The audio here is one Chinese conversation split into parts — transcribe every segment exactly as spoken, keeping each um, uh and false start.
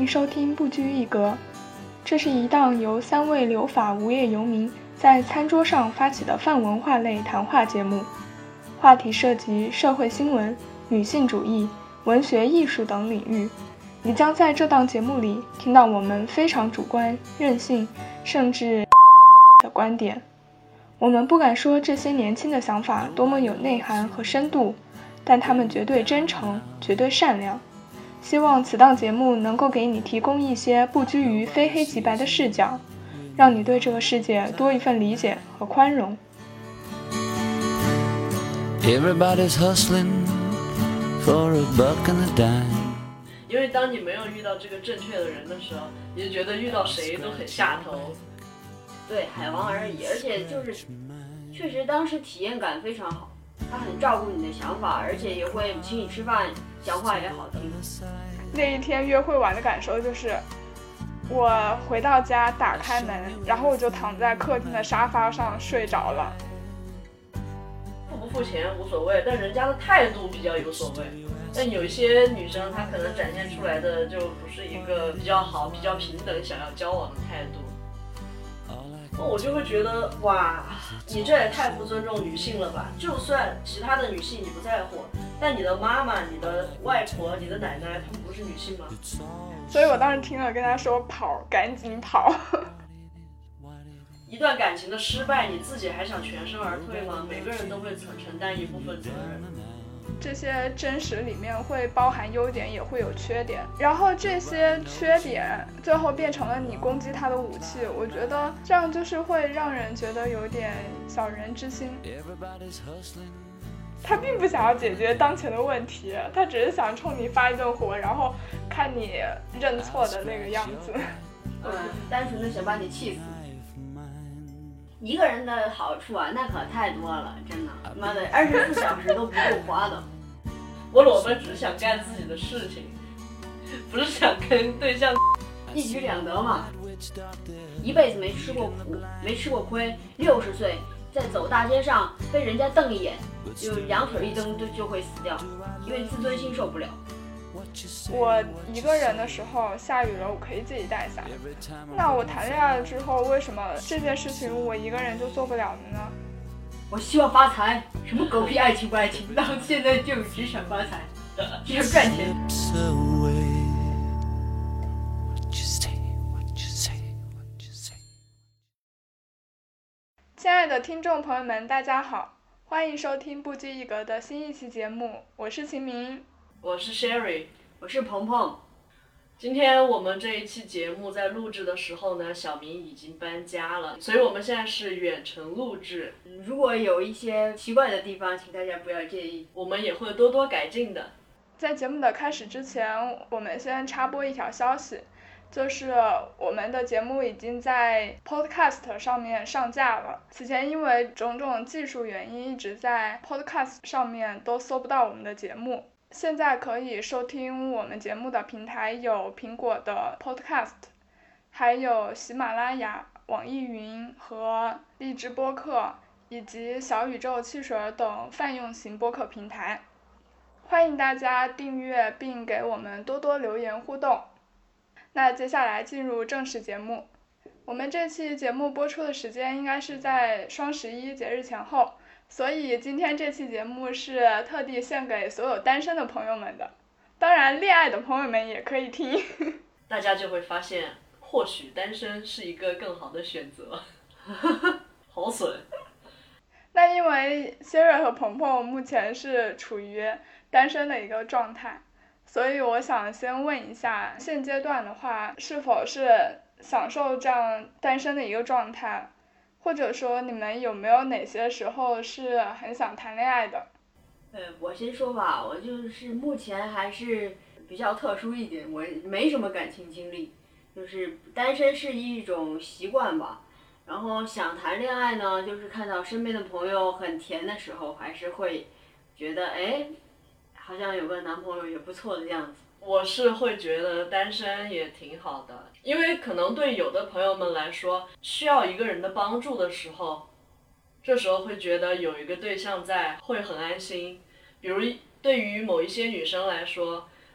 收听不拘一格，这是一档由三位留法无业游民在餐桌上发起的泛文化类谈话节目，话题涉及社会新闻、女性主义、文学艺术等领域。你将在这档节目里听到我们非常主观、任性，甚至的观点。我们不敢说这些年轻的想法多么有内涵和深度，但他们绝对真诚，绝对善良。希望此档节目能够给你提供一些不拘于非黑即白的视角，让你对这个世界多一份理解和宽容。 Everybody's hustling for a buck and a dime。 因为当你没有遇到这个正确的人的时候，你就觉得遇到谁都很下头。 对，海王而已，而且就是确实当时体验感非常好，他很照顾你的想法，而且也会请你吃饭，讲话也好听。 那一天约会完的感受就是，我回到家打开门，然后我就躺在客厅的沙发上睡着了。 付不付钱无所谓，但人家的态度比较有所谓。但有一些女生她可能展现出来的就不是一个比较好、比较平等想要交往的态度。我就会觉得，哇，你这也太不尊重女性了吧！就算其他的女性你不在乎，但你的妈妈、你的外婆、你的奶奶，她们不是女性吗？ 所以我当时听了跟她说跑，赶紧跑。 一段感情的失败，你自己还想全身而退吗？每个人都会承承担一部分责任。 这些真实里面会包含优点，也会有缺点，然后这些缺点最后变成了你攻击他的武器。我觉得这样就是会让人觉得有点小人之心。他并不想要解决当前的问题，他只是想冲你发一顿火，然后看你认错的那个样子。 嗯，单纯的想把你气死。一个人的好处啊，那可太多了，真的，妈的，二十四小时都不够花的。 我裸奔只是想干自己的事情，不是想跟对象一举两得嘛。一辈子没吃过苦，没吃过亏，六十岁在走大街上被人家瞪一眼，就两腿一蹬就就会死掉，因为自尊心受不了。 我一个人的时候下雨了，我可以自己带伞。那我谈恋爱了之后，为什么这件事情我一个人就做不了的呢？ 我希望发财，什么狗屁爱情不爱情，到现在就只想发财，只想赚钱。 亲爱的听众朋友们，大家好，欢迎收听不拘一格的新一期节目，我是秦明。 我是 Sherry， 我是鹏鹏。 今天我们这一期节目在录制的时候呢，小明已经搬家了，所以我们现在是远程录制。 如果有一些奇怪的地方，请大家不要介意， 我们也会多多改进的。 在节目的开始之前，我们先插播一条消息，就是我们的节目已经在 Podcast 上面上架了。此前因为种种技术原因，一直在 Podcast 上面都搜不到我们的节目。现在可以收听我们节目的平台有苹果的 Podcast， 还有喜马拉雅、网易云和荔枝播客，以及小宇宙、汽水等泛用型播客平台。欢迎大家订阅并给我们多多留言互动。那接下来进入正式节目。我们这期节目播出的时间应该是在双十一节日前后，所以今天这期节目是特地献给所有单身的朋友们的，当然恋爱的朋友们也可以听。 大家就会发现，或许单身是一个更好的选择。好损。 那因为谢瑞和鹏鹏目前是处于单身的一个状态，所以我想先问一下，现阶段的话是否是享受这样单身的一个状态，或者说你们有没有哪些时候是很想谈恋爱的？ 呃，我先说吧，我就是目前还是比较特殊一点，我没什么感情经历，就是单身是一种习惯吧。然后想谈恋爱呢，就是看到身边的朋友很甜的时候，还是会觉得哎，好像有个男朋友也不错的样子。 我是会觉得单身也挺好的，因为可能对有的朋友们来说，需要一个人的帮助的时候，这时候会觉得有一个对象在会很安心。比如对于某一些女生来说，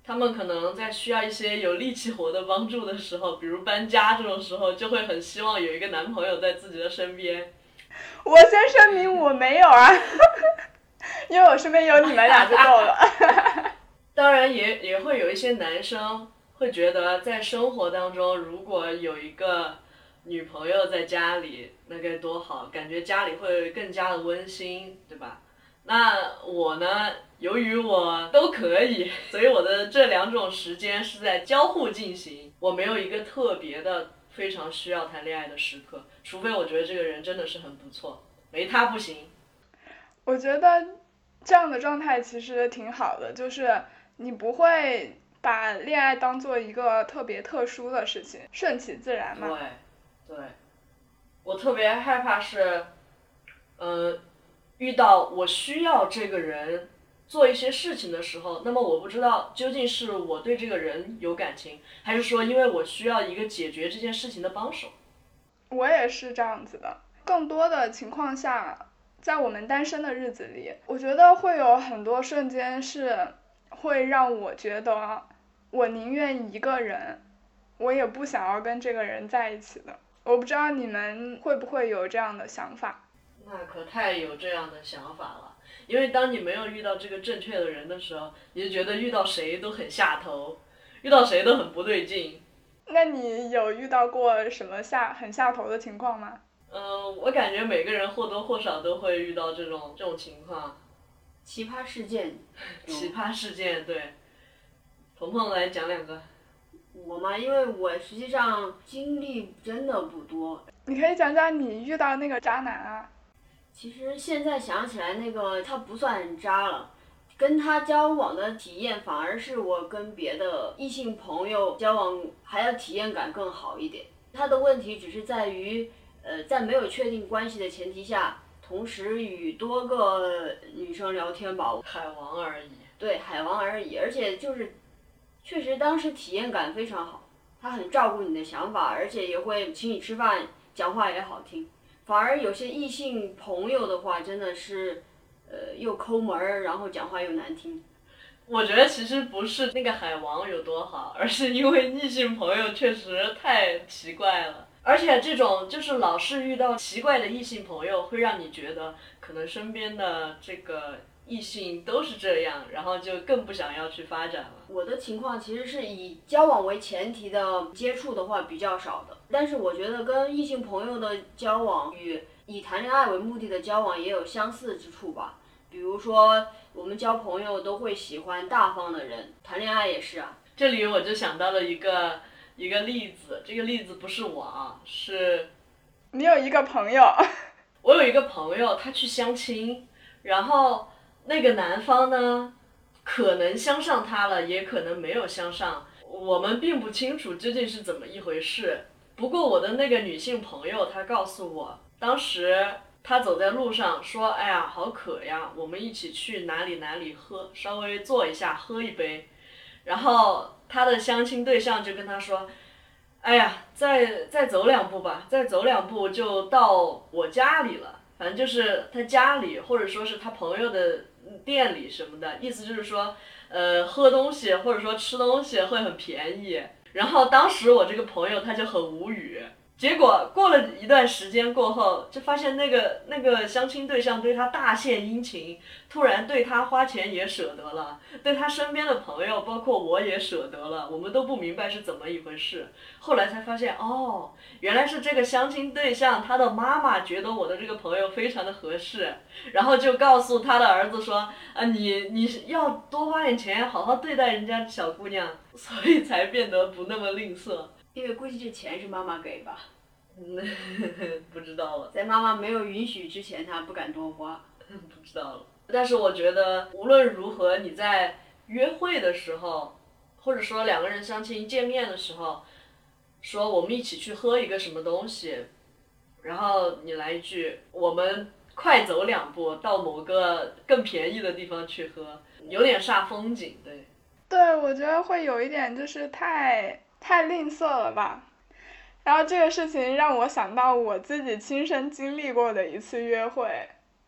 他们可能在需要一些有力气活的帮助的时候，比如搬家这种时候，就会很希望有一个男朋友在自己的身边。 我先声明我没有啊，因为我身边有你们俩就够了。 当然也也会有一些男生会觉得在生活当中如果有一个女朋友在家里那该多好，感觉家里会更加的温馨，对吧？那我呢，由于我都可以，所以我的这两种时间是在交互进行，我没有一个特别的非常需要谈恋爱的时刻，除非我觉得这个人真的是很不错，没他不行。 我觉得这样的状态其实挺好的，就是你不会把恋爱当做一个特别特殊的事情，顺其自然嘛。 对，对，我特别害怕是，呃，遇到我需要这个人做一些事情的时候，那么我不知道究竟是我对这个人有感情，还是说因为我需要一个解决这件事情的帮手。 我也是这样子的，更多的情况下，在我们单身的日子里，我觉得会有很多瞬间是会让我觉得我宁愿一个人，我也不想要跟这个人在一起的。我不知道你们会不会有这样的想法。 那可太有这样的想法了，因为当你没有遇到这个正确的人的时候，你就觉得遇到谁都很下头，遇到谁都很不对劲。 那你有遇到过什么下很下头的情况吗？ 嗯、呃，我感觉每个人或多或少都会遇到这种这种情况。 奇葩事件。 奇葩事件，对。鹏鹏来讲两个。 我嘛，因为我实际上经历真的不多。 你可以讲讲你遇到那个渣男啊。 其实现在想起来，那个他不算渣了，跟他交往的体验反而是我跟别的异性朋友交往还要体验感更好一点。他的问题只是在于，呃，在没有确定关系的前提下，同时与多个女生聊天吧。 海王而已。 对，海王而已，而且就是，确实当时体验感非常好，他很照顾你的想法，而且也会请你吃饭，讲话也好听。反而有些异性朋友的话，真的是，呃，又抠门儿，然后讲话又难听。 我觉得其实不是那个海王有多好，而是因为异性朋友确实太奇怪了。而且这种就是老是遇到奇怪的异性朋友，会让你觉得可能身边的这个异性都是这样，然后就更不想要去发展了。 我的情况其实是以交往为前提的接触的话比较少的，但是我觉得跟异性朋友的交往与以谈恋爱为目的的交往也有相似之处吧。比如说我们交朋友都会喜欢大方的人，谈恋爱也是啊。 这里我就想到了一个一个例子，这个例子不是我啊，是你有一个朋友。 我有一个朋友，他去相亲，然后那个男方呢，可能相上他了，也可能没有相上，我们并不清楚究竟是怎么一回事。不过我的那个女性朋友，她告诉我，当时她走在路上说，哎呀，好渴呀，我们一起去哪里哪里喝，稍微坐一下，喝一杯。然后她的相亲对象就跟她说，哎呀，再再走两步吧，再走两步就到我家里了。反正就是他家里，或者说是他朋友的店里什么的，意思就是说，呃，喝东西或者说吃东西会很便宜。然后当时我这个朋友他就很无语，结果过了一段时间过后，就发现那个那个相亲对象对他大献殷勤，突然对他花钱也舍得了，对他身边的朋友包括我也舍得了，我们都不明白是怎么一回事。后来才发现，哦，原来是这个相亲对象他的妈妈觉得我的这个朋友非常的合适，然后就告诉他的儿子说，啊，你你要多花点钱，好好对待人家小姑娘，所以才变得不那么吝啬。 因为估计这钱是妈妈给吧。 嗯，不知道了。 在妈妈没有允许之前，他不敢多花。 不知道了。但是我觉得无论如何，你在约会的时候，或者说两个人相亲见面的时候，说我们一起去喝一个什么东西，然后你来一句我们快走两步到某个更便宜的地方去喝，有点煞风景。对。 对，我觉得会有一点就是太太吝啬了吧。然后这个事情让我想到我自己亲身经历过的一次约会，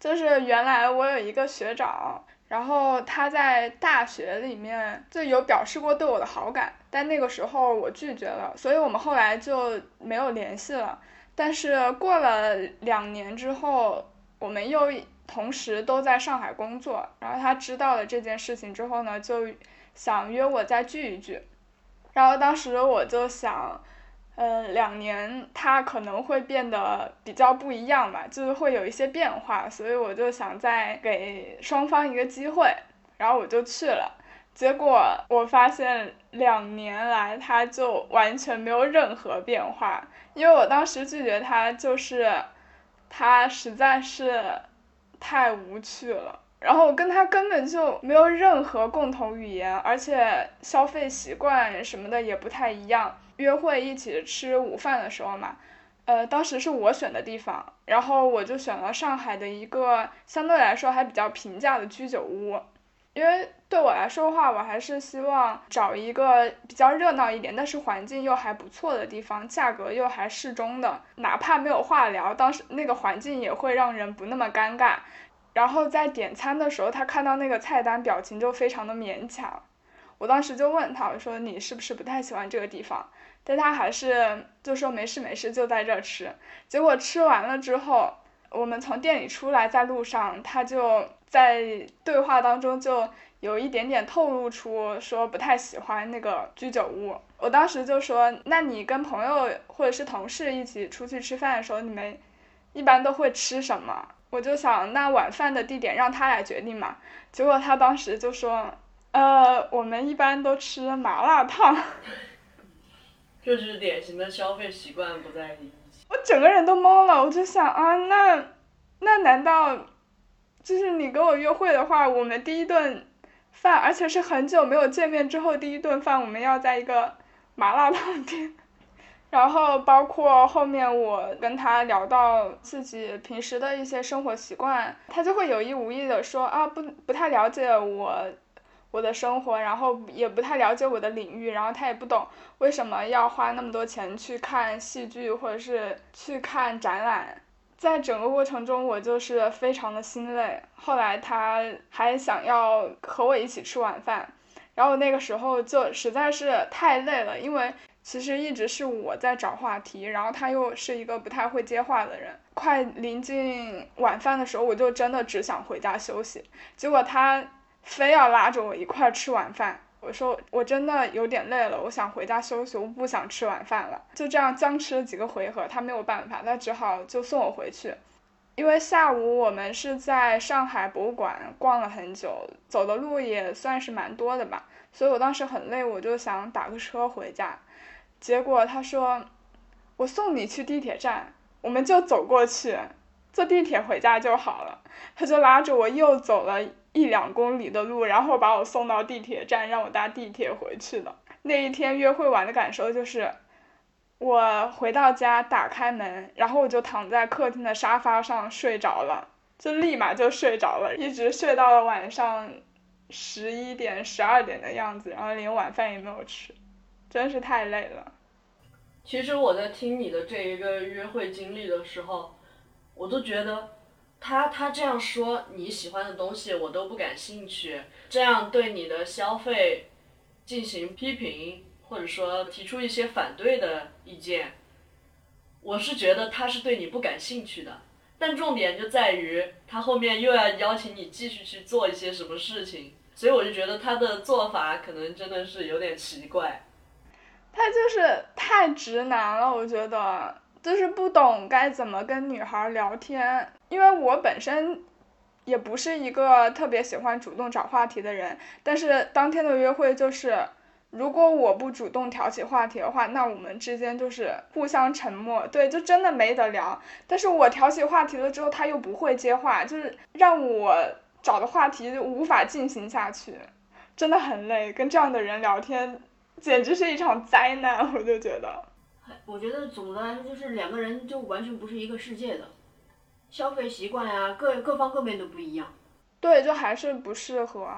就是原来我有一个学长，然后他在大学里面就有表示过对我的好感，但那个时候我拒绝了，所以我们后来就没有联系了。但是过了两年之后，我们又同时都在上海工作，然后他知道了这件事情之后呢，就想约我再聚一聚。然后当时我就想，呃，两年他可能会变得比较不一样吧，就是会有一些变化，所以我就想再给双方一个机会，然后我就去了。结果我发现两年来他就完全没有任何变化，因为我当时拒绝他就是他实在是太无趣了，然后我跟他根本就没有任何共同语言，而且消费习惯什么的也不太一样。约会一起吃午饭的时候嘛，呃，当时是我选的地方，然后我就选了上海的一个相对来说还比较平价的居酒屋。因为对我来说的话，我还是希望找一个比较热闹一点，但是环境又还不错的地方，价格又还适中的，哪怕没有话聊，当时那个环境也会让人不那么尴尬。然后在点餐的时候，他看到那个菜单，表情就非常的勉强。我当时就问他，我说你是不是不太喜欢这个地方？但他还是就说没事没事，就在这儿吃。结果吃完了之后，我们从店里出来，在路上他就在对话当中就有一点点透露出说不太喜欢那个居酒屋。我当时就说，那你跟朋友或者是同事一起出去吃饭的时候，你们一般都会吃什么？我就想那晚饭的地点让他来决定嘛。结果他当时就说，呃，我们一般都吃麻辣烫。 这就是典型的消费习惯不在一起。 我整个人都懵了，我就想啊，那那难道就是你跟我约会的话，我们第一顿饭，而且是很久没有见面之后第一顿饭，我们要在一个麻辣烫店？然后包括后面我跟他聊到自己平时的一些生活习惯，他就会有意无意的说啊，不不太了解我我的生活，然后也不太了解我的领域，然后他也不懂为什么要花那么多钱去看戏剧或者是去看展览。在整个过程中我就是非常的心累，后来他还想要和我一起吃晚饭，然后那个时候就实在是太累了，因为其实一直是我在找话题，然后他又是一个不太会接话的人。快临近晚饭的时候，我就真的只想回家休息，结果他非要拉着我一块吃晚饭。我说我真的有点累了，我想回家休息，我不想吃晚饭了。就这样僵持了几个回合，他没有办法，他只好就送我回去。因为下午我们是在上海博物馆逛了很久，走的路也算是蛮多的吧，所以我当时很累，我就想打个车回家。结果他说我送你去地铁站，我们就走过去，坐地铁回家就好了。他就拉着我又走了一两公里的路，然后把我送到地铁站，让我搭地铁回去的。那一天约会完的感受就是，我回到家打开门，然后我就躺在客厅的沙发上睡着了，就立马就睡着了，一直睡到了晚上十一点十二点的样子，然后连晚饭也没有吃，真是太累了。 其实我在听你的这一个约会经历的时候，我都觉得他他这样说你喜欢的东西我都不感兴趣，这样对你的消费进行批评，或者说提出一些反对的意见，我是觉得他是对你不感兴趣的。但重点就在于他后面又要邀请你继续去做一些什么事情，所以我就觉得他的做法可能真的是有点奇怪。 他就是太直男了，我觉得就是不懂该怎么跟女孩聊天。因为我本身也不是一个特别喜欢主动找话题的人，但是当天的约会就是如果我不主动挑起话题的话，那我们之间就是互相沉默，对，就真的没得聊。但是我挑起话题了之后他又不会接话，就是让我找的话题就无法进行下去，真的很累，跟这样的人聊天简直是一场灾难，我就觉得。 我觉得总的来说就是两个人就完全不是一个世界的，消费习惯呀、各各方各面都不一样。 对，就还是不适合。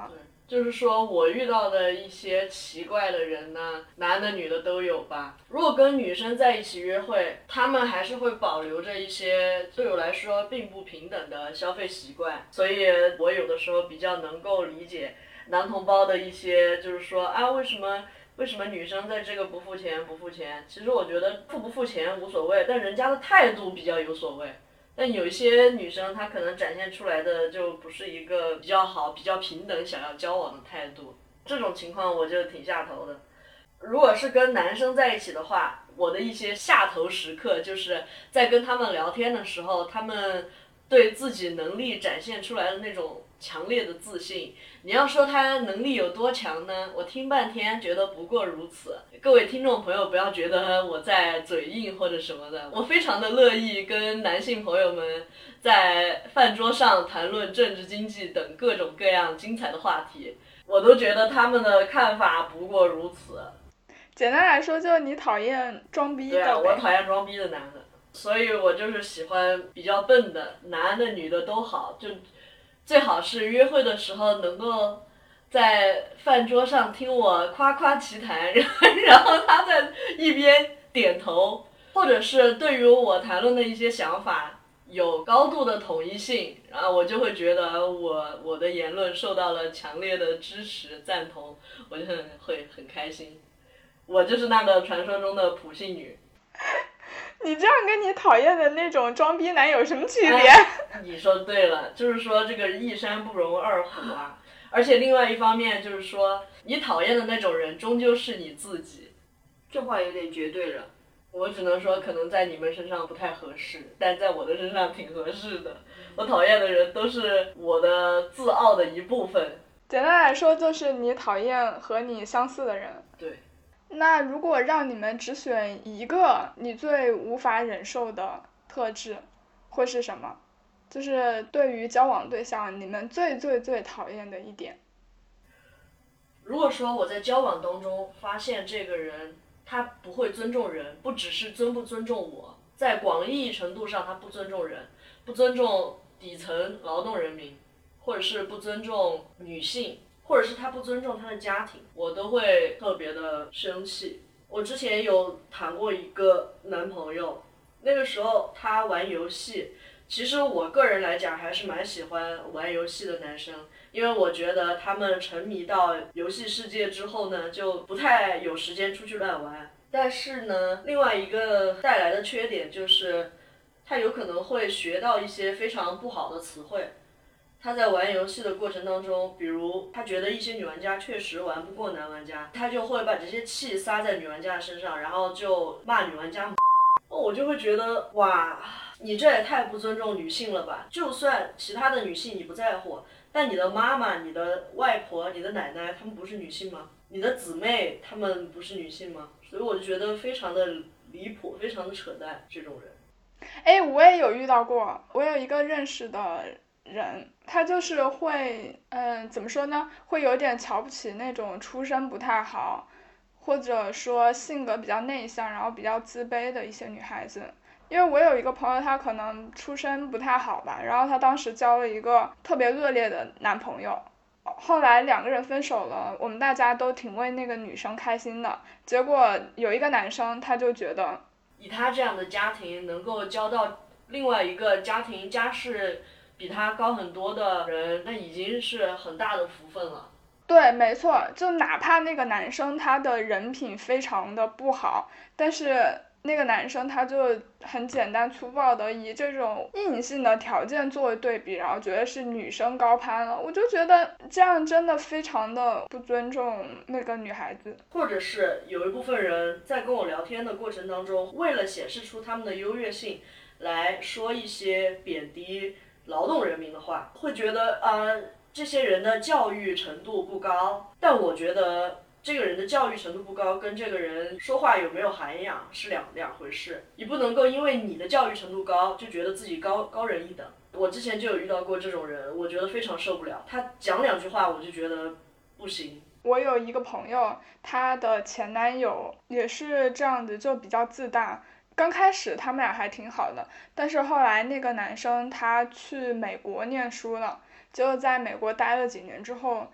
就是说我遇到的一些奇怪的人呢，男的女的都有吧。如果跟女生在一起约会，他们还是会保留着一些对我来说并不平等的消费习惯，所以我有的时候比较能够理解男同胞的一些，就是说啊，为什么为什么女生在这个不付钱不付钱？其实我觉得付不付钱无所谓，但人家的态度比较有所谓。但有一些女生她可能展现出来的就不是一个比较好比较平等想要交往的态度，这种情况我就挺下头的。如果是跟男生在一起的话，我的一些下头时刻就是在跟他们聊天的时候，他们对自己能力展现出来的那种强烈的自信。你要说他能力有多强呢？我听半天觉得不过如此。各位听众朋友不要觉得我在嘴硬或者什么的，我非常的乐意跟男性朋友们在饭桌上谈论政治经济等各种各样精彩的话题，我都觉得他们的看法不过如此。 简单来说就是你讨厌装逼的。 对啊，我讨厌装逼的男的，所以我就是喜欢比较笨的，男的女的都好，就最好是约会的时候能够在饭桌上听我夸夸其谈，然后他在一边点头，或者是对于我谈论的一些想法有高度的统一性，然后我就会觉得我我的言论受到了强烈的支持赞同，我就很会很开心。我就是那个传说中的普信女。 你这样跟你讨厌的那种装逼男有什么区别？ 哎，你说对了，就是说这个一山不容二虎啊。而且另外一方面就是说，你讨厌的那种人终究是你自己。 这话有点绝对了。 我只能说可能在你们身上不太合适，但在我的身上挺合适的。我讨厌的人都是我的自傲的一部分。 简单来说就是你讨厌和你相似的人。 对。 那如果让你们只选一个你最无法忍受的特质，会是什么？就是对于交往对象你们最最最讨厌的一点。 如果说我在交往当中发现这个人他不会尊重人，不只是尊不尊重我，在广义程度上他不尊重人，不尊重底层劳动人民，或者是不尊重女性，或者是他不尊重他的家庭，我都会特别的生气。我之前有谈过一个男朋友，那个时候他玩游戏，其实我个人来讲还是蛮喜欢玩游戏的男生，因为我觉得他们沉迷到游戏世界之后呢，就不太有时间出去乱玩。但是呢，另外一个带来的缺点就是，他有可能会学到一些非常不好的词汇。他在玩游戏的过程当中，比如他觉得一些女玩家确实玩不过男玩家，他就会把这些气撒在女玩家身上，然后就骂女玩家。我就会觉得哇，你这也太不尊重女性了吧！就算其他的女性你不在乎，但你的妈妈、你的外婆、你的奶奶，她们不是女性吗？你的姊妹，她们不是女性吗？所以我就觉得非常的离谱，非常的扯淡，这种人。 哎，我也有遇到过，我有一个认识的人，他就是会，嗯，怎么说呢？会有点瞧不起那种出身不太好，或者说性格比较内向，然后比较自卑的一些女孩子。因为我有一个朋友，她可能出身不太好吧，然后她当时交了一个特别恶劣的男朋友，后来两个人分手了，我们大家都挺为那个女生开心的。结果有一个男生他就觉得， 以他这样的家庭能够交到另外一个家庭家世比他高很多的人，那已经是很大的福分了。 对，没错，就哪怕那个男生他的人品非常的不好，但是那个男生他就很简单粗暴的以这种硬性的条件作为对比，然后觉得是女生高攀了。我就觉得这样真的非常的不尊重那个女孩子。 或者是有一部分人在跟我聊天的过程当中，为了显示出他们的优越性，来说一些贬低劳动人民的话，会觉得呃这些人的教育程度不高。但我觉得这个人的教育程度不高跟这个人说话有没有涵养是两两回事。你不能够因为你的教育程度高就觉得自己高高人一等。我之前就有遇到过这种人，我觉得非常受不了，他讲两句话我就觉得不行。 我有一个朋友，她的前男友也是这样子，就比较自大。刚开始他们俩还挺好的，但是后来那个男生他去美国念书了，结果在美国待了几年之后，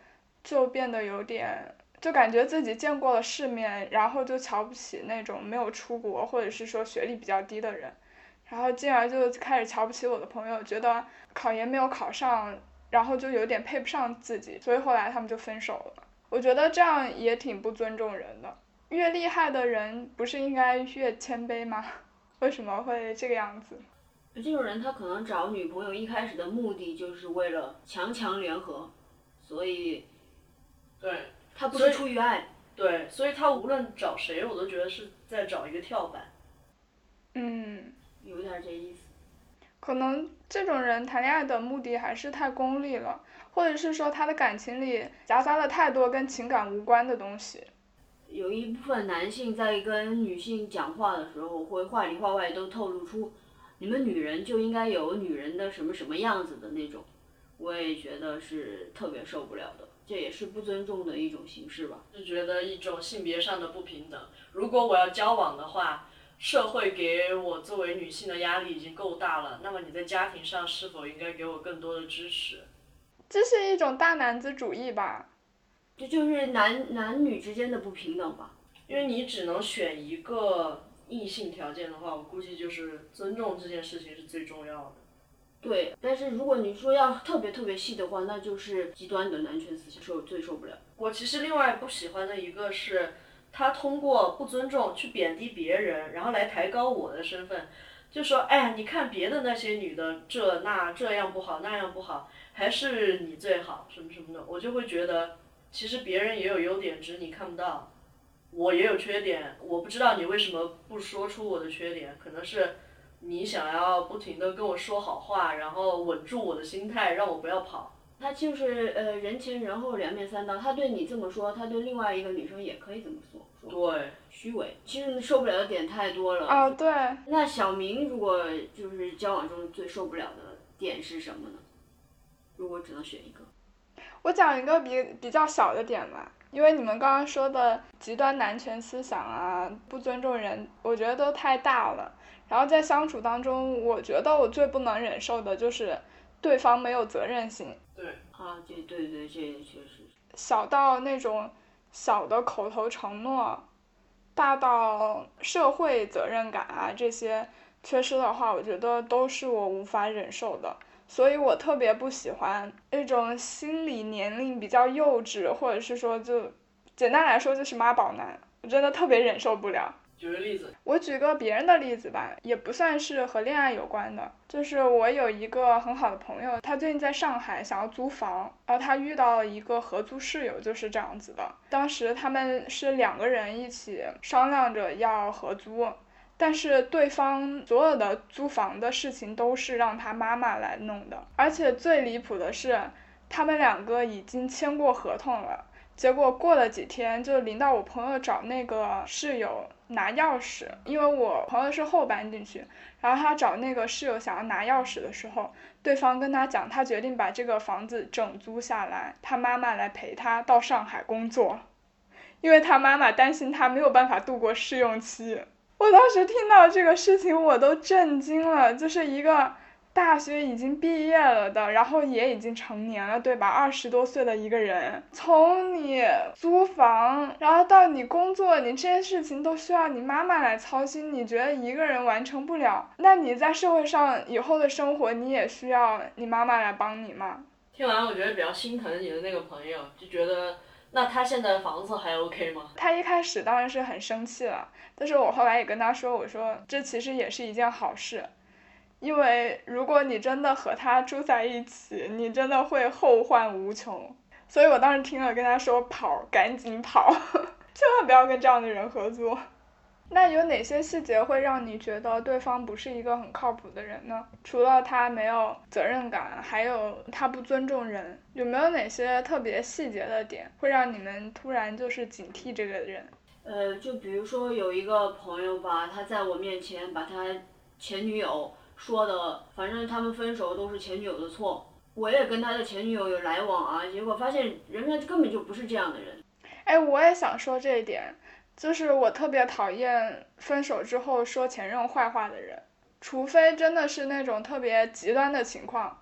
就变得有点，就感觉自己见过了世面，然后就瞧不起那种没有出国或者是说学历比较低的人，然后进而就开始瞧不起我的朋友，觉得考研没有考上，然后就有点配不上自己，所以后来他们就分手了。我觉得这样也挺不尊重人的，越厉害的人不是应该越谦卑吗？为什么会这个样子？ 这种人他可能找女朋友一开始的目的就是为了强强联合，所以对， 他不是出于爱。 对，所以他无论找谁，我都觉得是在找一个跳板。 嗯， 有点这意思。 可能这种人谈恋爱的目的还是太功利了，或者是说他的感情里夹杂了太多跟情感无关的东西。 有一部分男性在跟女性讲话的时候，会话里话外都透露出你们女人就应该有女人的什么什么样子的那种，我也觉得是特别受不了的，这也是不尊重的一种形式吧。 就觉得一种性别上的不平等。如果我要交往的话，社会给我作为女性的压力已经够大了，那么你在家庭上是否应该给我更多的支持？ 这是一种大男子主义吧？ 这就是男男女之间的不平等吧。 因为你只能选一个异性条件的话，我估计就是尊重这件事情是最重要的。 对，但是如果你说要特别特别细的话，那就是极端的男权思想，受最受不了。 我其实另外不喜欢的一个是，他通过不尊重去贬低别人，然后来抬高我的身份，就说哎，你看别的那些女的这那这样不好那样不好，还是你最好什么什么的，我就会觉得其实别人也有优点，只是你看不到。我也有缺点，我不知道你为什么不说出我的缺点，可能是你想要不停的跟我说好话，然后稳住我的心态，让我不要跑。 他就是呃人前人后两面三刀，他对你这么说，他对另外一个女生也可以这么说。 对， 虚伪，其实受不了的点太多了。 啊，对。 那小明如果就是交往中最受不了的点是什么呢？如果只能选一个。 我讲一个比比较小的点吧，因为你们刚刚说的极端男权思想啊，不尊重人，我觉得都太大了。然后在相处当中，我觉得我最不能忍受的就是对方没有责任心。 对。 啊，对对对，这确实。 小到那种小的口头承诺，大到社会责任感啊，这些缺失的话，我觉得都是我无法忍受的。所以我特别不喜欢那种心理年龄比较幼稚，或者是说就简单来说就是妈宝男，我真的特别忍受不了。 举个例子。 我举个别人的例子吧，也不算是和恋爱有关的，就是我有一个很好的朋友，他最近在上海想要租房，然后他遇到了一个合租室友，就是这样子的。当时他们是两个人一起商量着要合租，但是对方所有的租房的事情都是让他妈妈来弄的，而且最离谱的是他们两个已经签过合同了，结果过了几天就临到我朋友找那个室友拿钥匙，因为我朋友是后搬进去，然后他找那个室友想要拿钥匙的时候，对方跟他讲他决定把这个房子整租下来，他妈妈来陪他到上海工作，因为他妈妈担心他没有办法度过试用期。我当时听到这个事情我都震惊了，就是一个大学已经毕业了的，然后也已经成年了，对吧？二十多岁的一个人，从你租房，然后到你工作，你这些事情都需要你妈妈来操心，你觉得一个人完成不了，那你在社会上以后的生活，你也需要你妈妈来帮你吗？ 听完我觉得比较心疼你的那个朋友，就觉得那他现在的房子还 OK 吗？ 他一开始当然是很生气了，但是我后来也跟他说，我说这其实也是一件好事，因为如果你真的和他住在一起，你真的会后患无穷。所以我当时听了跟他说跑，赶紧跑，千万不要跟这样的人合作。那有哪些细节会让你觉得对方不是一个很靠谱的人呢？除了他没有责任感，还有他不尊重人，有没有哪些特别细节的点会让你们突然就是警惕这个人？ 呃，就比如说有一个朋友吧，他在我面前把他前女友说的，反正他们分手都是前女友的错。我也跟他的前女友有来往啊，结果发现人家根本就不是这样的人。 哎，我也想说这一点，就是我特别讨厌分手之后说前任坏话的人，除非真的是那种特别极端的情况。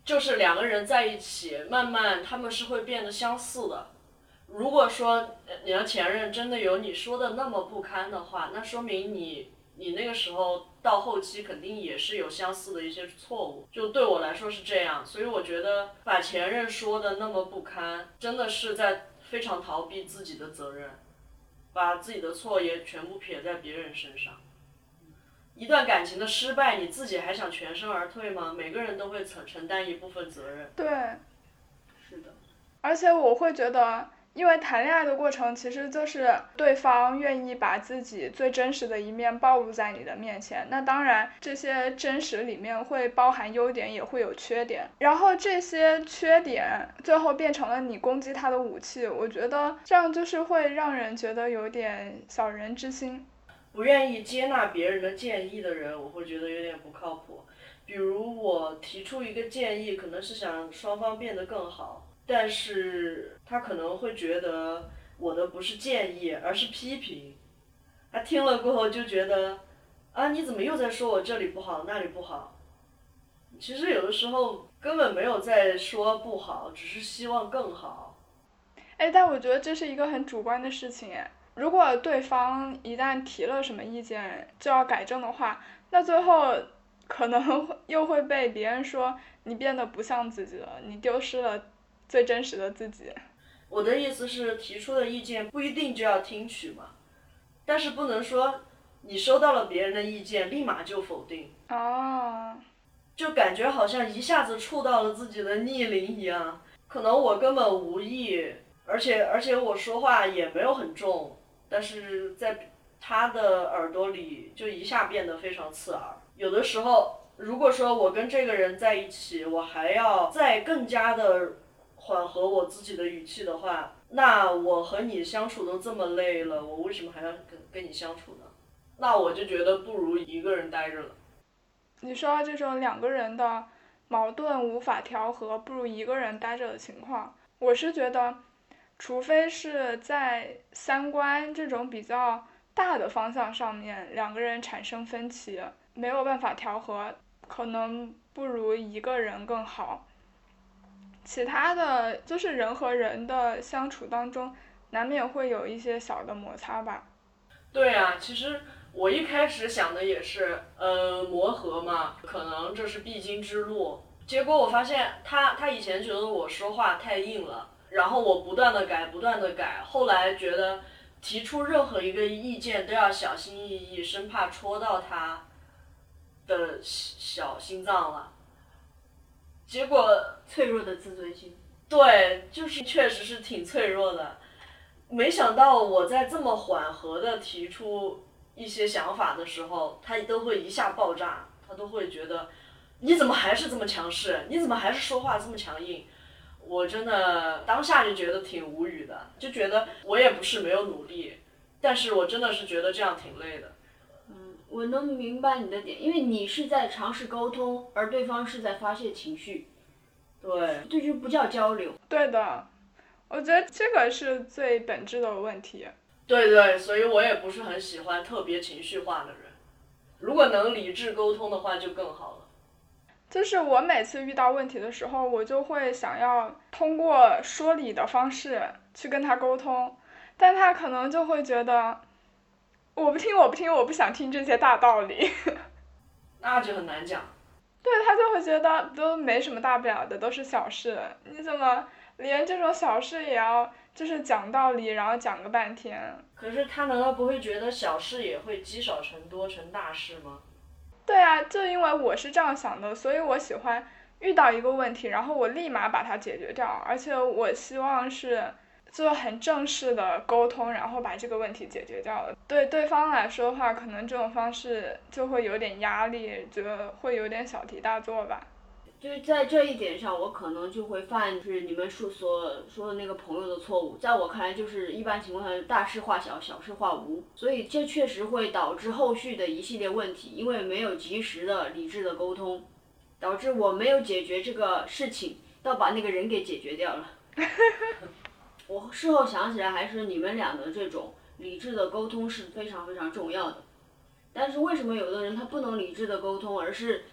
就是两个人在一起，慢慢他们是会变得相似的。如果说你的前任真的有你说的那么不堪的话，那说明你你那个时候到后期肯定也是有相似的一些错误，就对我来说是这样。所以我觉得把前任说的那么不堪，真的是在非常逃避自己的责任，把自己的错也全部撇在别人身上。一段感情的失败，你自己还想全身而退吗？每个人都会承承担一部分责任。 对， 是的。 而且我会觉得，因为谈恋爱的过程其实就是对方愿意把自己最真实的一面暴露在你的面前，那当然这些真实里面会包含优点也会有缺点，然后这些缺点最后变成了你攻击他的武器，我觉得这样就是会让人觉得有点小人之心。 不愿意接纳别人的建议的人，我会觉得有点不靠谱。比如我提出一个建议，可能是想双方变得更好，但是他可能会觉得我的不是建议，而是批评。他听了过后就觉得，啊，你怎么又在说我这里不好，那里不好？其实有的时候根本没有在说不好，只是希望更好。 哎，但我觉得这是一个很主观的事情哎。如果对方一旦提了什么意见就要改正的话，那最后可能又会被别人说你变得不像自己了，你丢失了最真实的自己。 我的意思是，提出的意见不一定就要听取嘛，但是不能说你收到了别人的意见立马就否定。 哦， 就感觉好像一下子触到了自己的逆鳞一样，可能我根本无意，而且而且我说话也没有很重。但是在他的耳朵里就一下变得非常刺耳。有的时候如果说我跟这个人在一起，我还要再更加的缓和我自己的语气的话，那我和你相处都这么累了，我为什么还要跟跟你相处呢？那我就觉得不如一个人待着了。 你说这种两个人的矛盾无法调和，不如一个人待着的情况，我是觉得除非是在三观这种比较大的方向上面两个人产生分歧，没有办法调和，可能不如一个人更好。其他的就是人和人的相处当中难免会有一些小的摩擦吧。 对啊，其实我一开始想的也是呃磨合嘛，可能这是必经之路。结果我发现他他以前觉得我说话太硬了，然后我不断的改不断的改，后来觉得提出任何一个意见都要小心翼翼，生怕戳到他的小心脏了。结果脆弱的自尊心。 对，就是确实是挺脆弱的。没想到我在这么缓和的提出一些想法的时候，他都会一下爆炸，他都会觉得你怎么还是这么强势，你怎么还是说话这么强硬。我真的当下就觉得挺无语的，就觉得我也不是没有努力，但是我真的是觉得这样挺累的。 嗯，我能明白你的点，因为你是在尝试沟通，而对方是在发泄情绪。 对， 这就不叫交流。 对的，我觉得这个是最本质的问题。 对对，所以我也不是很喜欢特别情绪化的人，如果能理智沟通的话就更好了。 就是我每次遇到问题的时候，我就会想要通过说理的方式去跟他沟通，但他可能就会觉得我不听我不听我不想听这些大道理。 那就很难讲。 对，他就会觉得都没什么大不了的，都是小事，你怎么连这种小事也要就是讲道理，然后讲个半天。 可是他难道不会觉得小事也会积少成多成大事吗？ 对啊，就因为我是这样想的，所以我喜欢遇到一个问题，然后我立马把它解决掉，而且我希望是就很正式的沟通，然后把这个问题解决掉了。对对方来说的话，可能这种方式就会有点压力，觉得会有点小题大做吧。 就是在这一点上，我可能就会犯就是你们说所说的那个朋友的错误，在我看来就是一般情况下大事化小，小事化无，所以这确实会导致后续的一系列问题，因为没有及时的理智的沟通，导致我没有解决这个事情，倒把那个人给解决掉了。我事后想起来，还是你们俩的这种理智的沟通是非常非常重要的，但是为什么有的人他不能理智的沟通，而是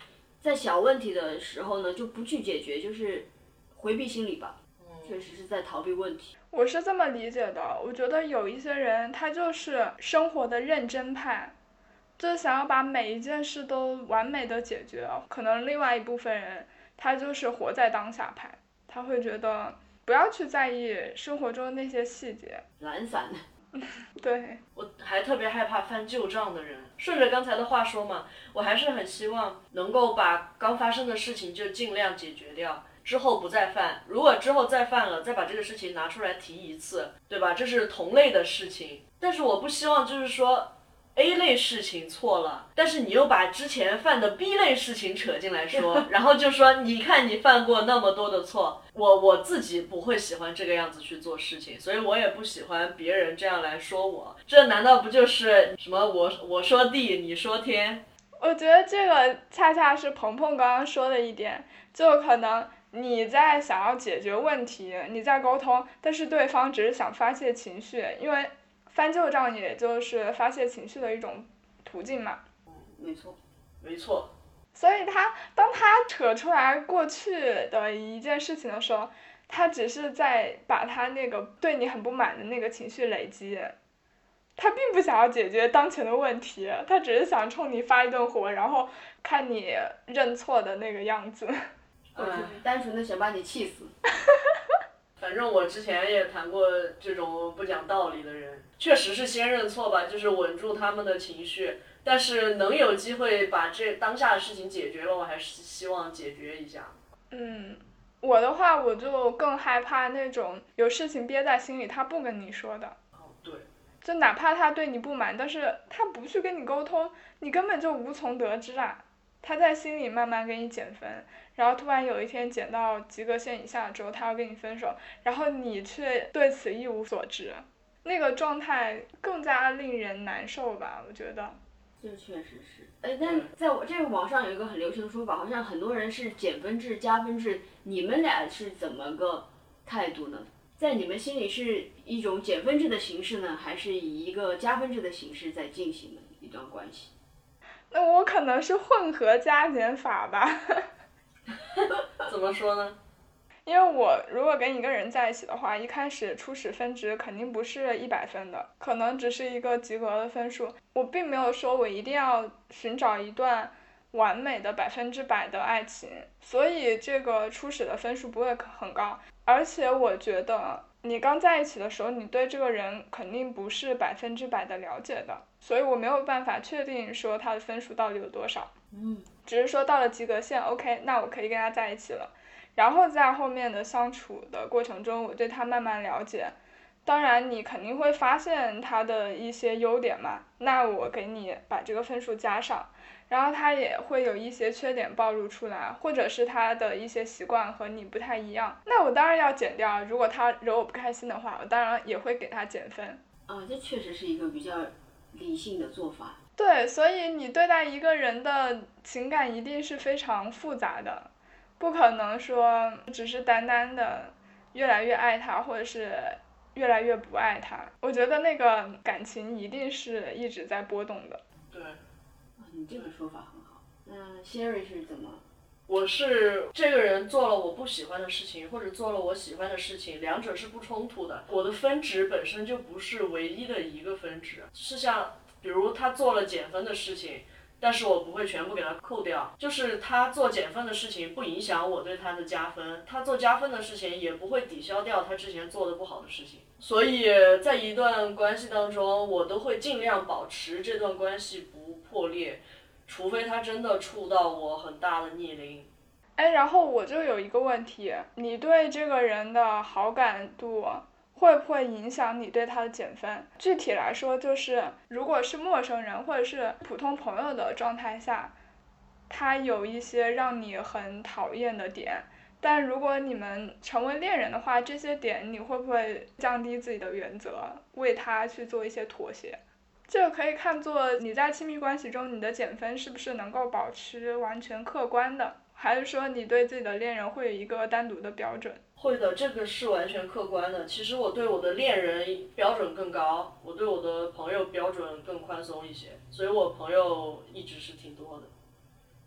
在小问题的时候呢，就不去解决，就是回避心理吧。确实是在逃避问题。 我是这么理解的，我觉得有一些人他就是生活的认真派，就是想要把每一件事都完美的解决。可能另外一部分人他就是活在当下派，他会觉得不要去在意生活中那些细节， 懒散。 对， 我还特别害怕翻旧账的人。顺着刚才的话说嘛，我还是很希望能够把刚发生的事情就尽量解决掉，之后不再犯。如果之后再犯了，再把这个事情拿出来提一次，对吧？这是同类的事情。但是我不希望就是说 A 类事情错了，但是你又把之前犯的 B 类事情扯进来说，然后就说你看你犯过那么多的错。我我自己不会喜欢这个样子去做事情，所以我也不喜欢别人这样来说我。这难道不就是什么我我说地你说天？ 我觉得这个恰恰是鹏鹏刚刚说的一点，就可能你在想要解决问题，你在沟通，但是对方只是想发泄情绪，因为翻旧账也就是发泄情绪的一种途径嘛。 嗯，没错， 没错。 所以他当他扯出来过去的一件事情的时候，他只是在把他那个对你很不满的那个情绪累积，他并不想要解决当前的问题，他只是想冲你发一顿火，然后看你认错的那个样子。 或者是单纯的想把你气死。 反正我之前也谈过这种不讲道理的人，确实是先认错吧，就是稳住他们的情绪。但是能有机会把这当下的事情解决了，我还是希望解决一下。 嗯，我的话我就更害怕那种有事情憋在心里他不跟你说的。 哦，对。 就哪怕他对你不满，但是他不去跟你沟通，你根本就无从得知啊。他在心里慢慢给你减分，然后突然有一天减到及格线以下之后，他要跟你分手，然后你却对此一无所知，那个状态更加令人难受吧，我觉得。 这确实是，哎，但在我这个网上有一个很流行的说法，好像很多人是减分制、加分制，你们俩是怎么个态度呢？在你们心里是一种减分制的形式呢，还是以一个加分制的形式在进行的一段关系？ 那我可能是混合加减法吧。 怎么说呢？ 因为我如果跟一个人在一起的话，一开始初始分值肯定不是一百分的，可能只是一个及格的分数。我并没有说我一定要寻找一段完美的百分之百的爱情，所以这个初始的分数不会很高。而且我觉得你刚在一起的时候，你对这个人肯定不是百分之百的了解的，所以我没有办法确定说他的分数到底有多少。 嗯， 只是说到了及格线 OK， 那我可以跟他在一起了。然后在后面的相处的过程中，我对他慢慢了解，当然你肯定会发现他的一些优点嘛，那我给你把这个分数加上，然后他也会有一些缺点暴露出来，或者是他的一些习惯和你不太一样，那我当然要减掉，如果他惹我不开心的话，我当然也会给他减分。 啊，这确实是一个比较理性的做法。 对，所以你对待一个人的情感一定是非常复杂的，不可能说只是单单的越来越爱他，或者是越来越不爱他。我觉得那个感情一定是一直在波动的。 对。 你这个说法很好。那 Sherry 是怎么？ 我是这个人做了我不喜欢的事情，或者做了我喜欢的事情，两者是不冲突的。我的分值本身就不是唯一的一个分值，是像比如他做了减分的事情，但是我不会全部给他扣掉，就是他做减分的事情不影响我对他的加分，他做加分的事情也不会抵消掉他之前做的不好的事情。所以在一段关系当中，我都会尽量保持这段关系不破裂，除非他真的触到我很大的逆鳞。 哎，然后我就有一个问题，你对这个人的好感度会不会影响你对他的减分？具体来说就是如果是陌生人或者是普通朋友的状态下，他有一些让你很讨厌的点，但如果你们成为恋人的话，这些点你会不会降低自己的原则，为他去做一些妥协？这个可以看作你在亲密关系中你的减分是不是能够保持完全客观的，还是说你对自己的恋人会有一个单独的标准？ 会的，这个是完全客观的。其实我对我的恋人标准更高，我对我的朋友标准更宽松一些，所以我朋友一直是挺多的。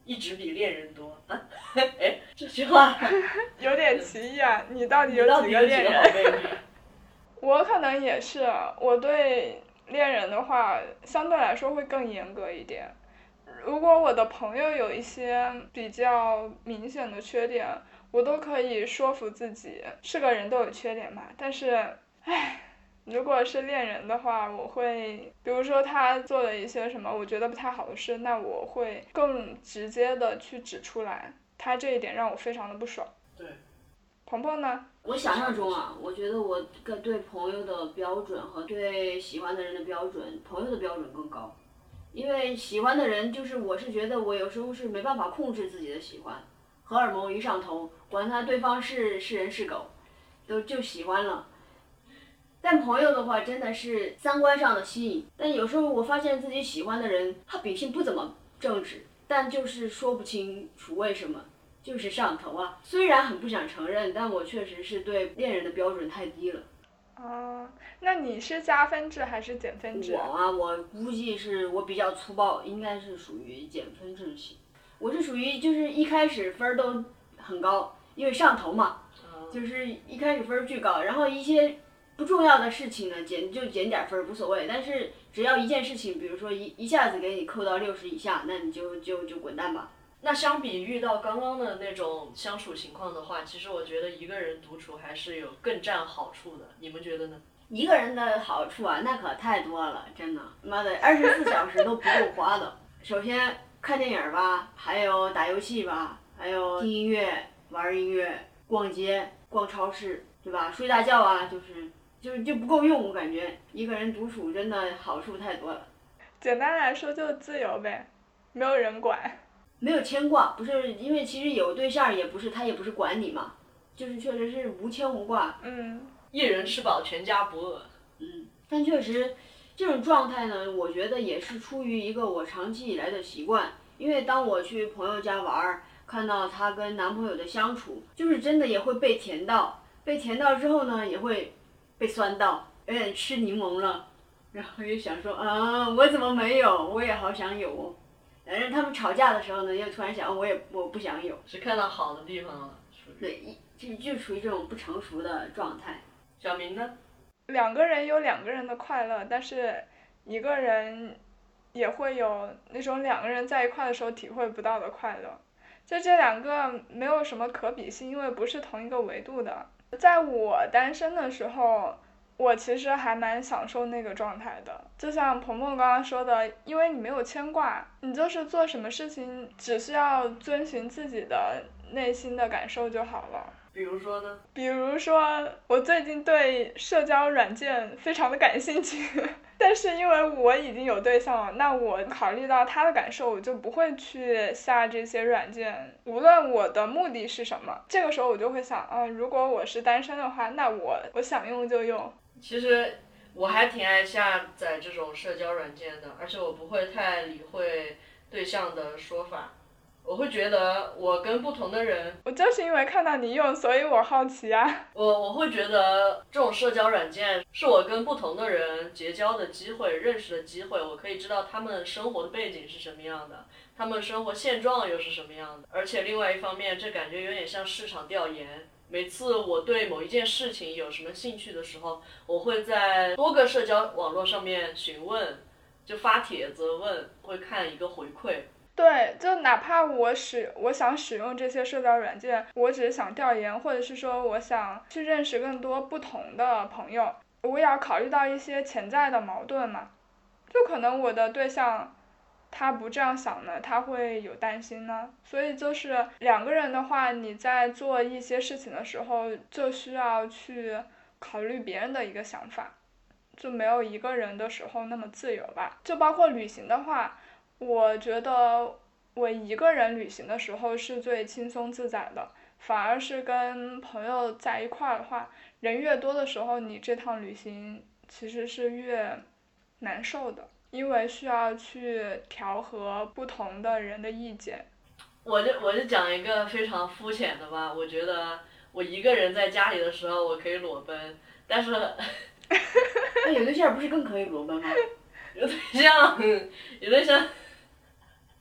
一直比恋人多。哎，这句话有点歧义啊！你到底有几个恋人？我可能也是，我对恋人的话，相对来说会更严格一点。如果我的朋友有一些比较明显的缺点，我都可以说服自己，是个人都有缺点嘛。但是，唉，如果是恋人的话，我会，比如说他做了一些什么我觉得不太好的事，那我会更直接的去指出来，他这一点让我非常的不爽。 对。 鹏鹏呢？ 我想象中啊，我觉得我对朋友的标准和对喜欢的人的标准，朋友的标准更高。因为喜欢的人，就是我是觉得我有时候是没办法控制自己的喜欢，荷尔蒙一上头，管他对方是是人是狗，都就喜欢了。但朋友的话真的是三观上的吸引，但有时候我发现自己喜欢的人，他秉性不怎么正直，但就是说不清楚为什么，就是上头啊。虽然很不想承认，但我确实是对恋人的标准太低了。 哦，那你是加分制还是减分制？ 我啊，我估计是我比较粗暴，应该是属于减分制型。我是属于就是一开始分儿都很高，因为上头嘛，就是一开始分儿巨高，然后一些不重要的事情呢减就减点分儿无所谓，但是只要一件事情，比如说一一下子给你扣到六十以下，那你就就就滚蛋吧。 那相比遇到刚刚的那种相处情况的话，其实我觉得一个人独处还是有更占好处的，你们觉得呢？ 一个人的好处啊，那可太多了，真的，妈的，二十四小时都不够花的。首先看电影吧，还有打游戏吧，还有听音乐、玩音乐、逛街、逛超市，对吧？睡大觉啊，就是就就不够用，我感觉一个人独处真的好处太多了。 简单来说就是自由呗，没有人管。 没有牵挂，不是因为其实有对象也不是他也不是管你嘛，就是确实是无牵无挂。 嗯。 一人吃饱全家不饿。 嗯，但确实这种状态呢，我觉得也是出于一个我长期以来的习惯，因为当我去朋友家玩，看到她跟男朋友的相处，就是真的也会被甜到，被甜到之后呢，也会被酸到，有点吃柠檬了，然后又想说啊，我怎么没有？我也好想有。但是他们吵架的时候呢，又突然想，我也我不想有。 是看到好的地方了。 对，一就就处于这种不成熟的状态。 小明呢？ 两个人有两个人的快乐，但是一个人也会有那种两个人在一块的时候体会不到的快乐。就这两个没有什么可比性，因为不是同一个维度的。在我单身的时候，我其实还蛮享受那个状态的，就像鹏鹏刚刚说的，因为你没有牵挂，你就是做什么事情只需要遵循自己的内心的感受就好了。 比如说呢？ 比如说，我最近对社交软件非常的感兴趣，但是因为我已经有对象了，那我考虑到他的感受，我就不会去下这些软件，无论我的目的是什么。这个时候我就会想，啊，如果我是单身的话，那我我想用就用。 其实我还挺爱下载这种社交软件的，而且我不会太理会对象的说法。我会觉得我跟不同的人， 我就是因为看到你用，所以我好奇啊。 我我会觉得这种社交软件是我跟不同的人结交的机会，认识的机会，我可以知道他们生活的背景是什么样的，他们生活现状又是什么样的。而且另外一方面，这感觉有点像市场调研。每次我对某一件事情有什么兴趣的时候，我会在多个社交网络上面询问，就发帖子问，会看一个回馈。 对，就哪怕我使我想使用这些社交软件，我只是想调研，或者是说我想去认识更多不同的朋友，我也要考虑到一些潜在的矛盾嘛。就可能我的对象他不这样想呢，他会有担心呢。所以就是两个人的话，你在做一些事情的时候，就需要去考虑别人的一个想法，就没有一个人的时候那么自由吧。就包括旅行的话，我觉得我一个人旅行的时候是最轻松自在的，反而是跟朋友在一块儿的话，人越多的时候，你这趟旅行其实是越难受的，因为需要去调和不同的人的意见。 我就我就讲一个非常肤浅的吧，我觉得我一个人在家里的时候我可以裸奔，但是那有对象不是更可以裸奔吗？ 有对象，有对象。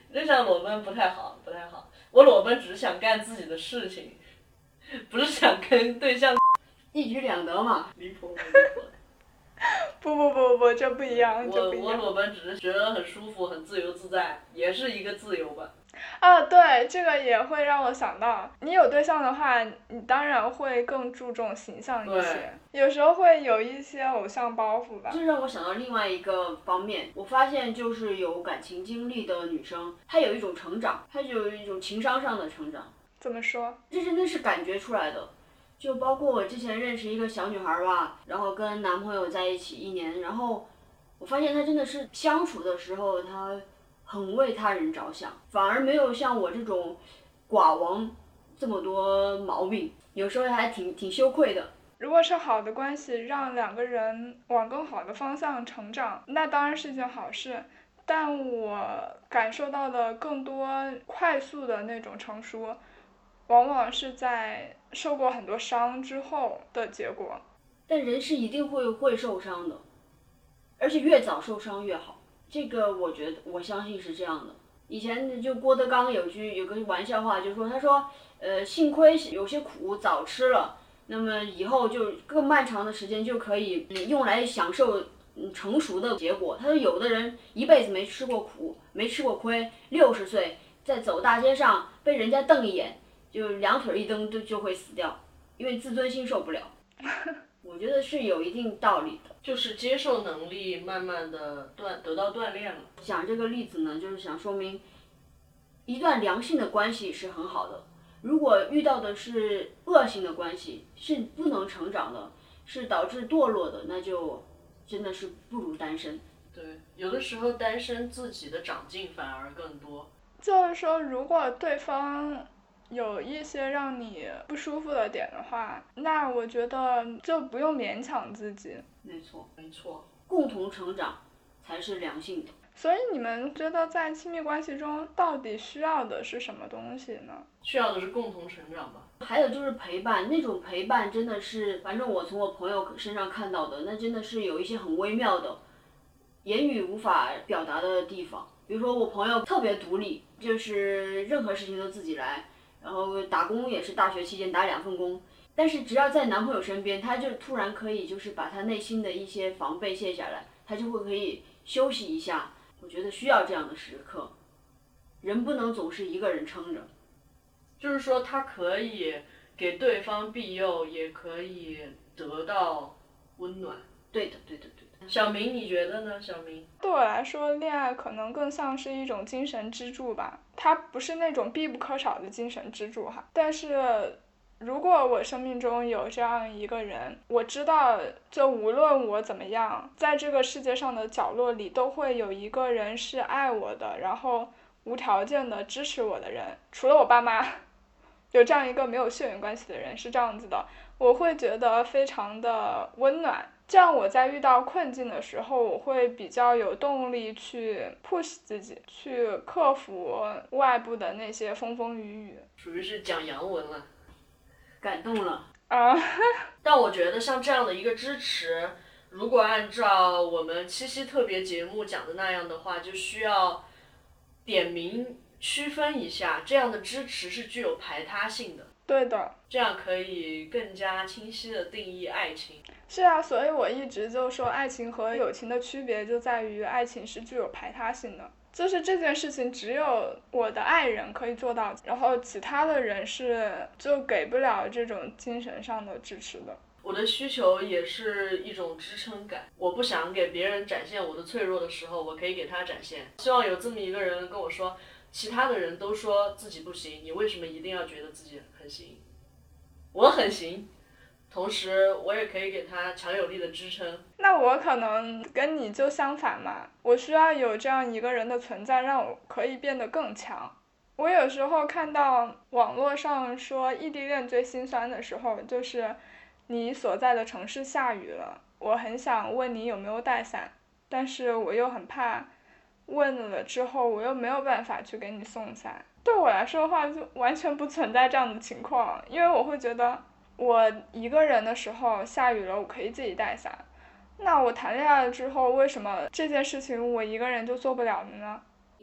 就想裸奔不太好，不太好。我裸奔只是想干自己的事情，不是想跟对象。 一举两得嘛。 离谱了，离谱了。 不不不不，这不一样，这我我不一样。 裸奔只是觉得很舒服，很自由自在，也是一个自由吧。 啊，对，这个也会让我想到，你有对象的话，你当然会更注重形象一些，有时候会有一些偶像包袱吧。 这让我想到另外一个方面，我发现就是有感情经历的女生，她有一种成长，她就有一种情商上的成长。 怎么说？ 这真的是感觉出来的。就包括我之前认识一个小女孩吧，然后跟男朋友在一起一年，然后我发现她真的是相处的时候，她很为他人着想，反而没有像我这种寡王这么多毛病，有时候还挺挺羞愧的。 如果是好的关系，让两个人往更好的方向成长，那当然是件好事。但我感受到的更多快速的那种成熟，往往是在受过很多伤之后的结果。 但人是一定会会受伤的，而且越早受伤越好。这个我觉得我相信是这样的。以前就郭德纲有句有个玩笑话，就说他说，呃，幸亏有些苦早吃了，那么以后就更漫长的时间就可以用来享受成熟的结果。他说有的人一辈子没吃过苦，没吃过亏，六十岁在走大街上被人家瞪一眼，就两腿一蹬就就会死掉，因为自尊心受不了。我觉得是有一定道理的， 就是接受能力慢慢的锻得到锻炼了。 讲这个例子呢，就是想说明，一段良性的关系是很好的，如果遇到的是恶性的关系，是不能成长的，是导致堕落的，那就真的是不如单身。 对，有的时候单身自己的长进反而更多。 就是说，如果对方有一些让你不舒服的点的话，那我觉得就不用勉强自己。 没错， 没错， 共同成长才是良性的。 所以你们觉得在亲密关系中到底需要的是什么东西呢？ 需要的是共同成长吧。 还有就是陪伴，那种陪伴真的是，反正我从我朋友身上看到的，那真的是有一些很微妙的，言语无法表达的地方。比如说我朋友特别独立，就是任何事情都自己来，然后打工也是大学期间打两份工，但是只要在男朋友身边，她就突然可以就是把她内心的一些防备卸下来，她就会可以休息一下。我觉得需要这样的时刻，人不能总是一个人撑着。 就是说他可以给对方庇佑，也可以得到温暖。 对的，对的，对的。 小明，你觉得呢？小明， 对我来说，恋爱可能更像是一种精神支柱吧，它不是那种必不可少的精神支柱哈。但是，如果我生命中有这样一个人，我知道，就无论我怎么样，在这个世界上的角落里，都会有一个人是爱我的，然后无条件的支持我的人，除了我爸妈。有这样一个没有血缘关系的人是这样子的，我会觉得非常的温暖。这样我在遇到困境的时候，我会比较有动力去 push 自己，去克服外部的那些风风雨雨。 属于是讲洋文了， 感动了啊！ 但我觉得像这样的一个支持，如果按照我们七夕特别节目讲的那样的话，就需要点名区分一下，这样的支持是具有排他性的。 对的， 这样可以更加清晰地定义爱情。 是啊，所以我一直就说爱情和友情的区别就在于爱情是具有排他性的，就是这件事情只有我的爱人可以做到，然后其他的人是就给不了这种精神上的支持的。 我的需求也是一种支撑感，我不想给别人展现我的脆弱的时候，我可以给他展现。希望有这么一个人跟我说，其他的人都说自己不行，你为什么一定要觉得自己很行？我很行，同时我也可以给他强有力的支撑。 那我可能跟你就相反嘛，我需要有这样一个人的存在，让我可以变得更强。我有时候看到网络上说异地恋最心酸的时候，就是你所在的城市下雨了，我很想问你有没有带伞，但是我又很怕问了之后我又没有办法去给你送伞。对我来说的话就完全不存在这样的情况，因为我会觉得我一个人的时候下雨了我可以自己带伞，那我谈恋爱了之后为什么这件事情我一个人就做不了了呢？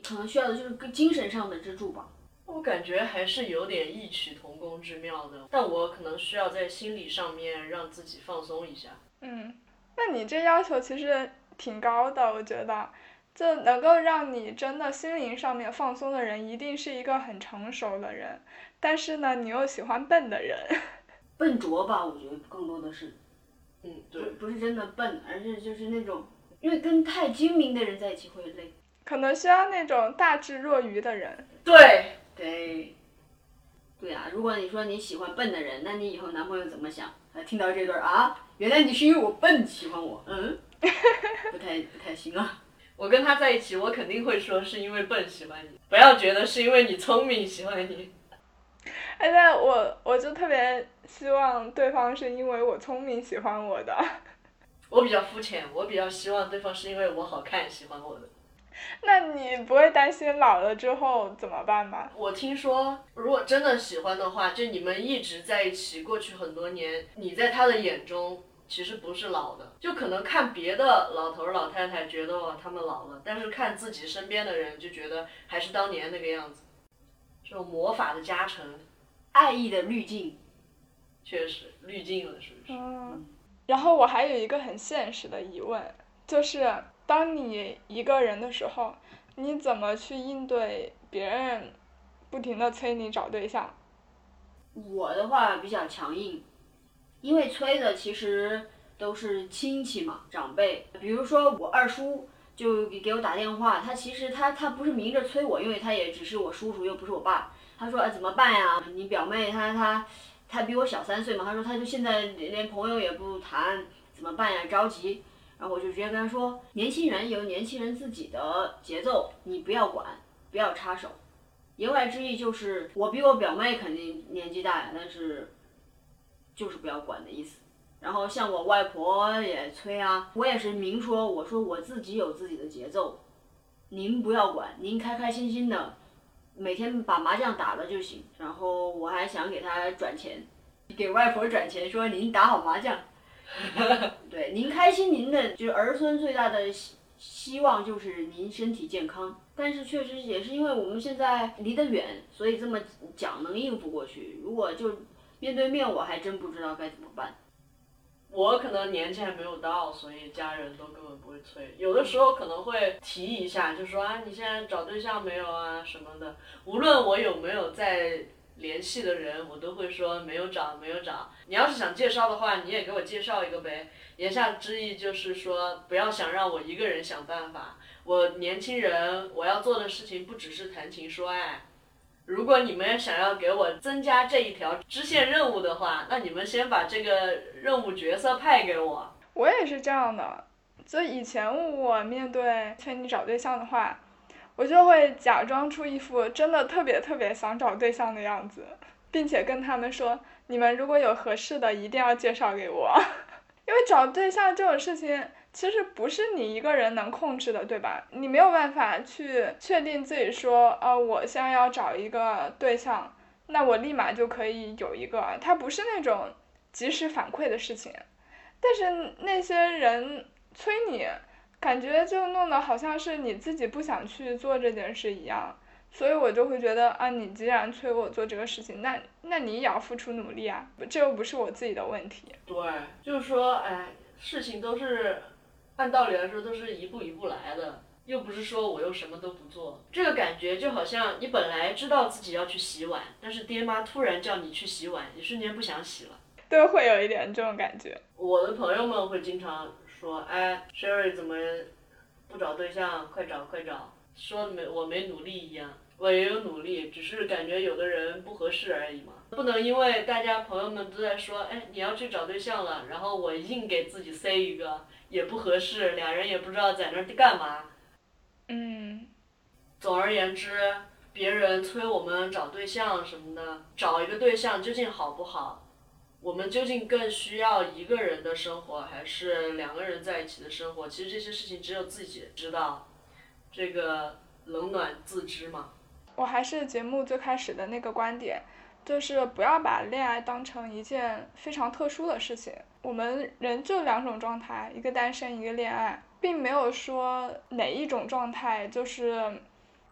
可能需要的就是个精神上的支柱吧。 我感觉还是有点异曲同工之妙的，但我可能需要在心理上面让自己放松一下。 嗯，那你这要求其实挺高的，我觉得，就能够让你真的心灵上面放松的人，一定是一个很成熟的人。但是呢，你又喜欢笨的人。 笨拙吧，我觉得更多的是， 嗯，对， 不是真的笨，而是就是那种，因为跟太精明的人在一起会累。 可能需要那种大智若愚的人。 对， 对，对啊，如果你说你喜欢笨的人，那你以后男朋友怎么想？他听到这段啊，原来你是因为我笨喜欢我，嗯，不太不太行啊。 我跟他在一起，我肯定会说是因为笨喜欢你，不要觉得是因为你聪明喜欢你。 哎，但我我就特别希望对方是因为我聪明喜欢我的。 我比较肤浅，我比较希望对方是因为我好看喜欢我的。 那你不会担心老了之后怎么办吗？ 我听说，如果真的喜欢的话，就你们一直在一起，过去很多年，你在他的眼中其实不是老的，就可能看别的老头老太太觉得他们老了，但是看自己身边的人就觉得还是当年那个样子。这种魔法的加成， 爱意的滤镜， 确实滤镜了，是不是？ 嗯。然后我还有一个很现实的疑问，就是当你一个人的时候，你怎么去应对别人不停的催你找对象？ 我的话比较强硬，因为催的其实都是亲戚嘛，长辈。比如说我二叔就给我打电话，他其实他他不是明着催我，因为他也只是我叔叔，又不是我爸。他说、哎、怎么办呀？你表妹她她她比我小三岁嘛，他说他就现在连朋友也不谈，怎么办呀？着急。然后我就直接跟他说，年轻人有年轻人自己的节奏，你不要管，不要插手。言外之意就是我比我表妹肯定年纪大呀，但是就是不要管的意思。然后像我外婆也催啊，我也是明说，我说我自己有自己的节奏，您不要管，您开开心心的每天把麻将打了就行。然后我还想给他转钱，给外婆转钱，说您打好麻将。对，您开心，您的就是儿孙最大的希希望就是您身体健康。但是确实也是因为我们现在离得远，所以这么讲能应付过去。如果就面对面，我还真不知道该怎么办。 我可能年纪还没有到，所以家人都根本不会催。有的时候可能会提一下，就说啊，你现在找对象没有啊什么的。无论我有没有在联系的人，我都会说没有找，没有找。你要是想介绍的话，你也给我介绍一个呗。言下之意就是说，不要想让我一个人想办法。我年轻人，我要做的事情不只是谈情说爱。如果你们想要给我增加这一条支线任务的话，那你们先把这个任务角色派给我。 我也是这样的，就以前我面对催你找对象的话，我就会假装出一副真的特别特别想找对象的样子，并且跟他们说，你们如果有合适的一定要介绍给我。因为找对象这种事情其实不是你一个人能控制的，对吧？你没有办法去确定自己说，呃，我现在要找一个对象，那我立马就可以有一个，它不是那种及时反馈的事情。但是那些人催你，感觉就弄得好像是你自己不想去做这件事一样，所以我就会觉得啊，你既然催我做这个事情，那那你也要付出努力啊，这又不是我自己的问题。 对，就是说，哎，事情都是按道理来说都是一步一步来的，又不是说我又什么都不做。这个感觉就好像你本来知道自己要去洗碗，但是爹妈突然叫你去洗碗，你瞬间不想洗了。 对，会有一点这种感觉。 我的朋友们会经常说，哎 ，Sherry 怎么不找对象？快找快找，说没我没努力一样。我也有努力，只是感觉有的人不合适而已嘛。不能因为大家朋友们都在说，哎，你要去找对象了，然后我硬给自己塞一个，也不合适，俩人也不知道在那儿干嘛。 嗯。 总而言之，别人催我们找对象什么的，找一个对象究竟好不好？我们究竟更需要一个人的生活，还是两个人在一起的生活？其实这些事情只有自己知道，这个冷暖自知嘛。 我还是节目最开始的那个观点，就是不要把恋爱当成一件非常特殊的事情。我们人就两种状态，一个单身，一个恋爱，并没有说哪一种状态就是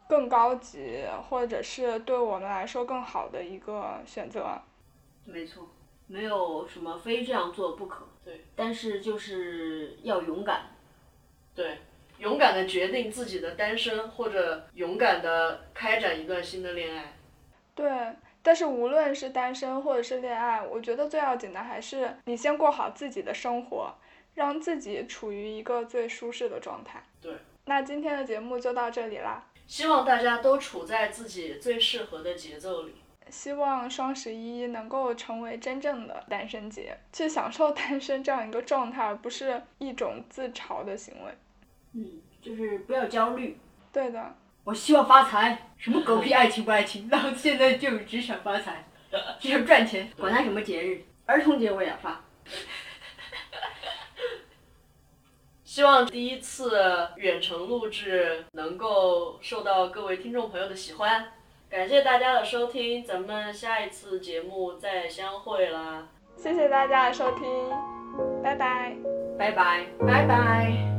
更高级，或者是对我们来说更好的一个选择。 没错，没有什么非这样做不可。 对， 但是就是要勇敢。 对，勇敢的决定自己的单身，或者勇敢的开展一段新的恋爱。 对，但是无论是单身或者是恋爱，我觉得最要紧的还是你先过好自己的生活，让自己处于一个最舒适的状态。 对， 那今天的节目就到这里啦， 希望大家都处在自己最适合的节奏里。 希望双十一能够成为真正的单身节，去享受单身这样一个状态，而不是一种自嘲的行为。 嗯，就是不要焦虑。 对的。 我希望发财，什么狗屁爱情不爱情，到现在就只想发财，只想赚钱，管他什么节日，儿童节我也要发。 希望第一次远程录制能够受到各位听众朋友的喜欢，感谢大家的收听，咱们下一次节目再相会啦！ 谢谢大家的收听，拜拜， 拜拜，拜拜。